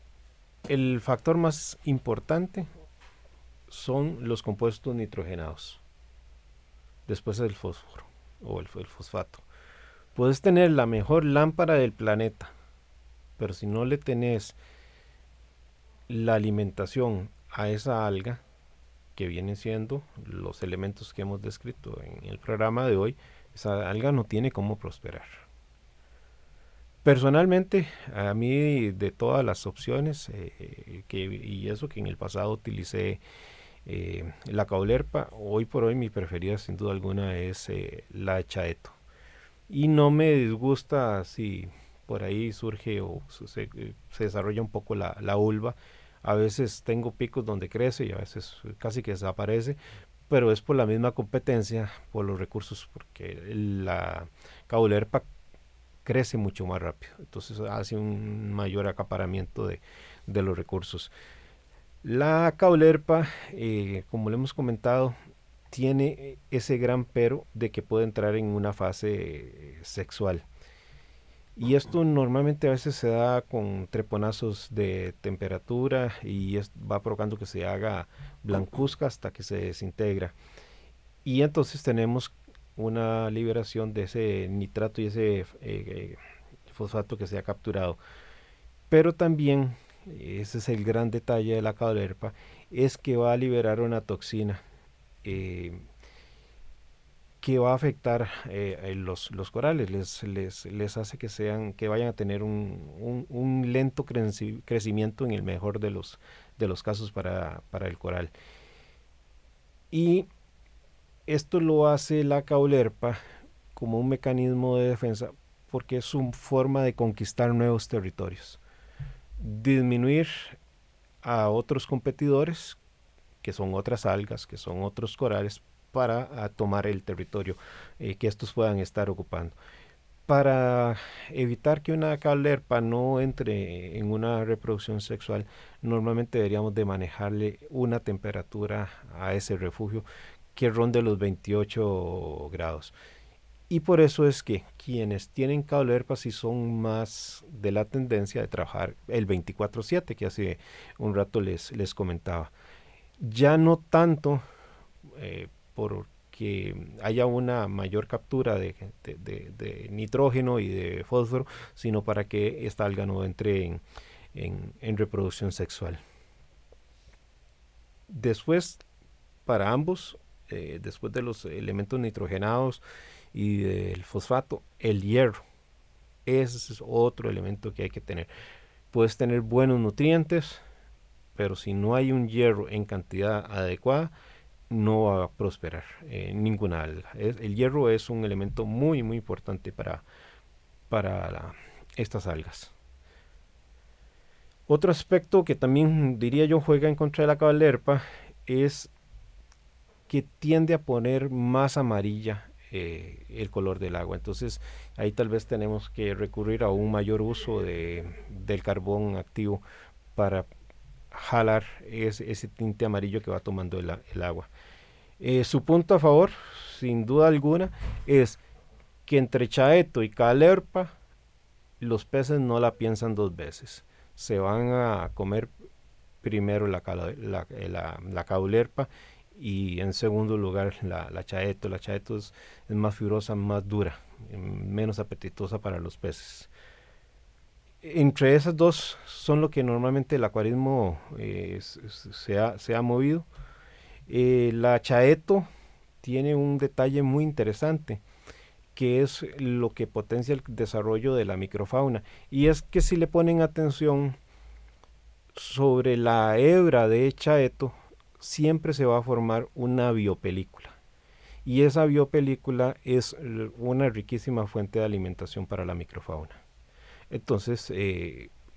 el factor más importante son los compuestos nitrogenados. Después el fósforo o el, el fosfato. Puedes tener la mejor lámpara del planeta, pero si no le tenés la alimentación a esa alga, que vienen siendo los elementos que hemos descrito en el programa de hoy, esa alga no tiene cómo prosperar. Personalmente, a mí de todas las opciones, eh, que, y eso que en el pasado utilicé eh, la caulerpa, hoy por hoy mi preferida sin duda alguna es eh, la chaeto. Y no me disgusta si por ahí surge o se, se desarrolla un poco la, la vulva. A veces tengo picos donde crece y a veces casi que desaparece, pero es por la misma competencia, por los recursos, porque la caulerpa crece mucho más rápido, entonces hace un mayor acaparamiento de, de los recursos. La caulerpa, eh, como le hemos comentado, tiene ese gran pero de que puede entrar en una fase sexual. Y esto normalmente a veces se da con treponazos de temperatura y es, va provocando que se haga blancuzca hasta que se desintegra. Y entonces tenemos una liberación de ese nitrato y ese eh, fosfato que se ha capturado. Pero también, ese es el gran detalle de la caulerpa, es que va a liberar una toxina eh, que va a afectar eh, los, los corales, les, les, les hace que sean, que vayan a tener un, un, un lento creci- crecimiento en el mejor de los, de los casos para, para el coral. Y esto lo hace la caulerpa como un mecanismo de defensa porque es su forma de conquistar nuevos territorios, disminuir a otros competidores que son otras algas, que son otros corales, para a tomar el territorio eh, que estos puedan estar ocupando. Para evitar que una caulerpa no entre en una reproducción sexual, normalmente deberíamos de manejarle una temperatura a ese refugio que ronde los veintiocho grados. Y por eso es que quienes tienen caulerpa sí son más de la tendencia de trabajar el veinticuatro siete, que hace un rato les, les comentaba. Ya no tanto eh, porque haya una mayor captura de, de, de, de nitrógeno y de fósforo, sino para que esta alga no entre en, en, en reproducción sexual. Después, para ambos, eh, después de los elementos nitrogenados y del fosfato, el hierro. Ese es otro elemento que hay que tener. Puedes tener buenos nutrientes, pero si no hay un hierro en cantidad adecuada, no va a prosperar eh, ninguna alga. Es, el hierro es un elemento muy muy importante para, para la, estas algas. Otro aspecto que también diría yo juega en contra de la caulerpa es que tiende a poner más amarilla eh, el color del agua. Entonces ahí tal vez tenemos que recurrir a un mayor uso de, del carbón activo para jalar ese, ese tinte amarillo que va tomando el, el agua. Eh, su punto a favor, sin duda alguna, es que entre chaeto y caulerpa los peces no la piensan dos veces. Se van a comer primero la, la, la, la caulerpa y en segundo lugar la, la chaeto. La chaeto es, es más fibrosa, más dura, menos apetitosa para los peces. Entre esas dos son lo que normalmente el acuarismo eh, se, ha, se ha movido. Eh, la chaeto tiene un detalle muy interesante, que es lo que potencia el desarrollo de la microfauna, y es que si le ponen atención sobre la hebra de chaeto, siempre se va a formar una biopelícula, y esa biopelícula es una riquísima fuente de alimentación para la microfauna. Entonces, eh,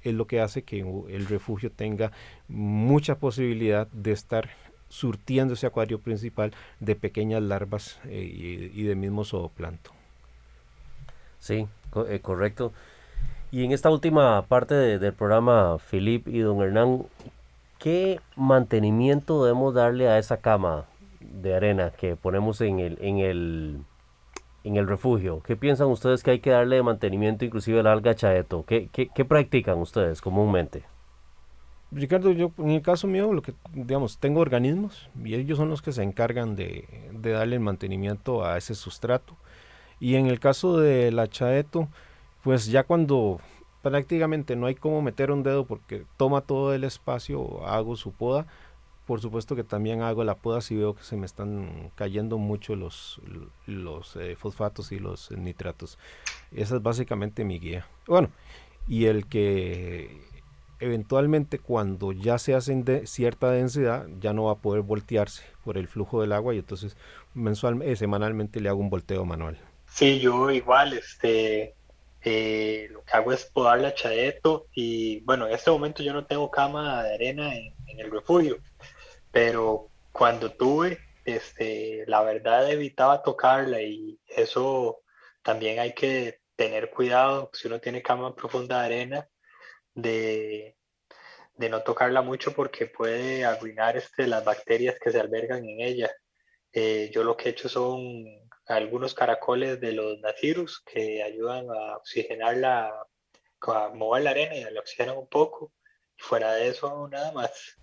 es lo que hace que el refugio tenga mucha posibilidad de estar surtiendo ese acuario principal de pequeñas larvas eh, y, y de mismo zooplancton. Sí, co- eh, correcto. Y en esta última parte de, del programa, Philip y don Hernán, ¿qué mantenimiento debemos darle a esa cama de arena que ponemos en el, en el, en el refugio? ¿Qué piensan ustedes que hay que darle de mantenimiento inclusive a la alga chaeto? ¿Qué, qué, qué practican ustedes comúnmente? Ricardo, yo en el caso mío, lo que digamos, tengo organismos y ellos son los que se encargan de, de darle el mantenimiento a ese sustrato. Y en el caso de la chaeto, pues ya cuando prácticamente no hay cómo meter un dedo porque toma todo el espacio, hago su poda. Por supuesto que también hago la poda si veo que se me están cayendo mucho los, los eh, fosfatos y los nitratos. Esa es básicamente mi guía. Bueno, y el que eventualmente cuando ya se hacen de cierta densidad ya no va a poder voltearse por el flujo del agua y entonces mensual, eh, semanalmente le hago un volteo manual. Sí, yo igual, este, eh, lo que hago es podar la chaeto y bueno, en este momento yo no tengo cama de arena en, en el refugio, pero cuando tuve, este, la verdad evitaba tocarla y eso también hay que tener cuidado si uno tiene cama profunda de arena de, de no tocarla mucho porque puede arruinar este, las bacterias que se albergan en ella. Eh, yo lo que he hecho son algunos caracoles de los natirus que ayudan a oxigenar la, a mover la arena y a la oxigenan un poco. Y fuera de eso, nada más.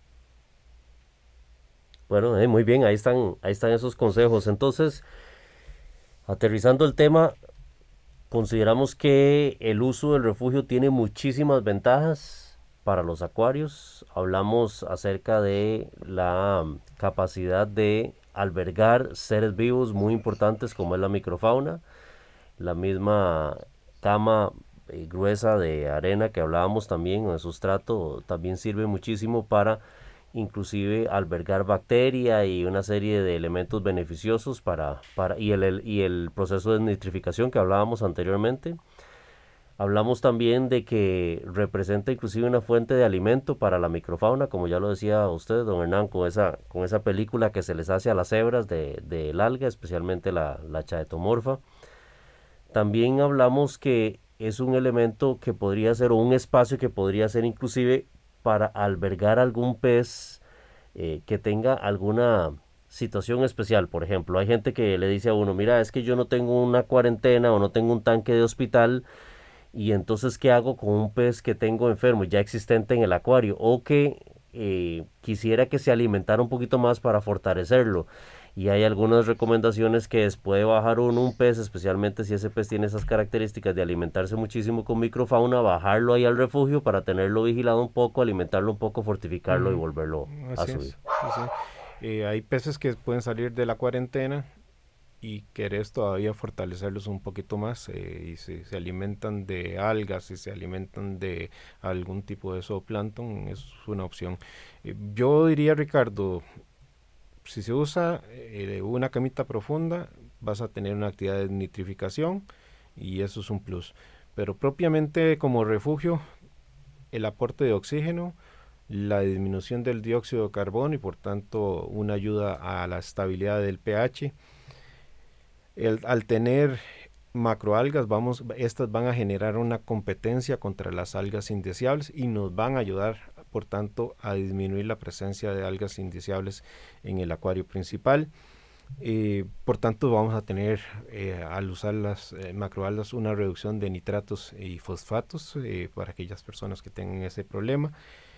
Bueno, eh, muy bien, ahí están, ahí están esos consejos. Entonces, aterrizando el tema, consideramos que el uso del refugio tiene muchísimas ventajas para los acuarios. Hablamos acerca de la capacidad de albergar seres vivos muy importantes como es la microfauna, la misma cama eh, gruesa de arena que hablábamos también, o de sustrato, también sirve muchísimo para inclusive albergar bacteria y una serie de elementos beneficiosos para, para y, el, y el proceso de nitrificación que hablábamos anteriormente. Hablamos también de que representa inclusive una fuente de alimento para la microfauna, como ya lo decía usted, don Hernán, con esa, con esa película que se les hace a las hebras de, del alga, especialmente la, la chaetomorfa. También hablamos que es un elemento que podría ser, o un espacio que podría ser inclusive para albergar algún pez eh, que tenga alguna situación especial. Por ejemplo, hay gente que le dice a uno, mira, es que yo no tengo una cuarentena o no tengo un tanque de hospital, y entonces ¿qué hago con un pez que tengo enfermo ya existente en el acuario? O que eh, quisiera que se alimentara un poquito más para fortalecerlo. Y hay algunas recomendaciones que es, puede bajar uno un pez, especialmente si ese pez tiene esas características de alimentarse muchísimo con microfauna, bajarlo ahí al refugio para tenerlo vigilado un poco, alimentarlo un poco, fortificarlo mm, y volverlo así a subir. Es, sí, sí. Eh, hay peces que pueden salir de la cuarentena y querés todavía fortalecerlos un poquito más eh, y si se alimentan de algas, si se alimentan de algún tipo de zooplancton, es una opción. Eh, yo diría, Ricardo, si se usa eh, una camita profunda, vas a tener una actividad de nitrificación y eso es un plus. Pero propiamente como refugio, el aporte de oxígeno, la disminución del dióxido de carbono y por tanto una ayuda a la estabilidad del pH. El, al tener macroalgas, vamos, estas van a generar una competencia contra las algas indeseables y nos van a ayudar, por tanto, a disminuir la presencia de algas indeseables en el acuario principal. Eh, por tanto, vamos a tener, eh, al usar las eh, macroalgas, una reducción de nitratos y fosfatos eh, para aquellas personas que tengan ese problema.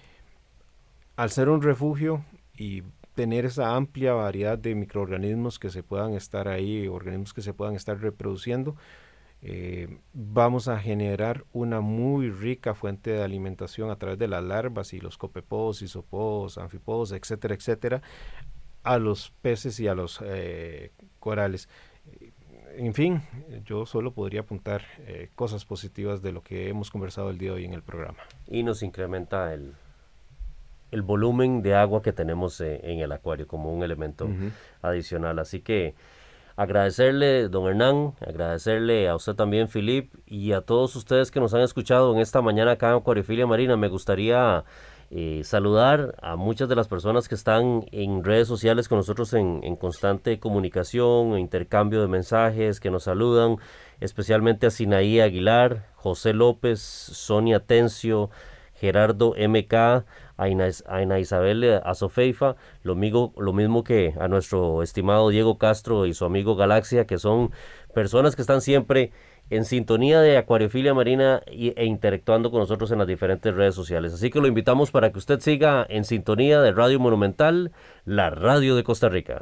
Al ser un refugio y tener esa amplia variedad de microorganismos que se puedan estar ahí, organismos que se puedan estar reproduciendo, eh, vamos a generar una muy rica fuente de alimentación a través de las larvas y los copepodos, isopodos, anfipodos, etcétera, etcétera, a los peces y a los eh, corales. En fin, yo solo podría apuntar eh, cosas positivas de lo que hemos conversado el día de hoy en el programa. Y nos incrementa el... el volumen de agua que tenemos eh, en el acuario como un elemento uh-huh. adicional. Así que Agradecerle, don Hernán, agradecerle a usted también, Filip, y a todos ustedes que nos han escuchado en esta mañana acá en Acuariofilia Marina. Me gustaría eh, saludar a muchas de las personas que están en redes sociales con nosotros en, en constante comunicación, intercambio de mensajes, que nos saludan, especialmente a Sinaí Aguilar, José López, Sonia Tencio, Gerardo M K, a Ina, a Ina Isabel Azofeifa, lo mismo, lo mismo que a nuestro estimado Diego Castro y su amigo Galaxia, que son personas que están siempre en sintonía de Acuariofilia Marina y, e interactuando con nosotros en las diferentes redes sociales. Así que lo invitamos para que usted siga en sintonía de Radio Monumental, la radio de Costa Rica.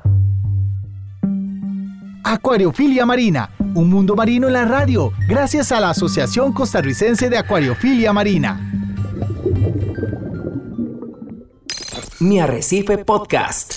Acuariofilia Marina, un mundo marino en la radio, gracias a la Asociación Costarricense de Acuariofilia Marina. Mi Arrecife Podcast.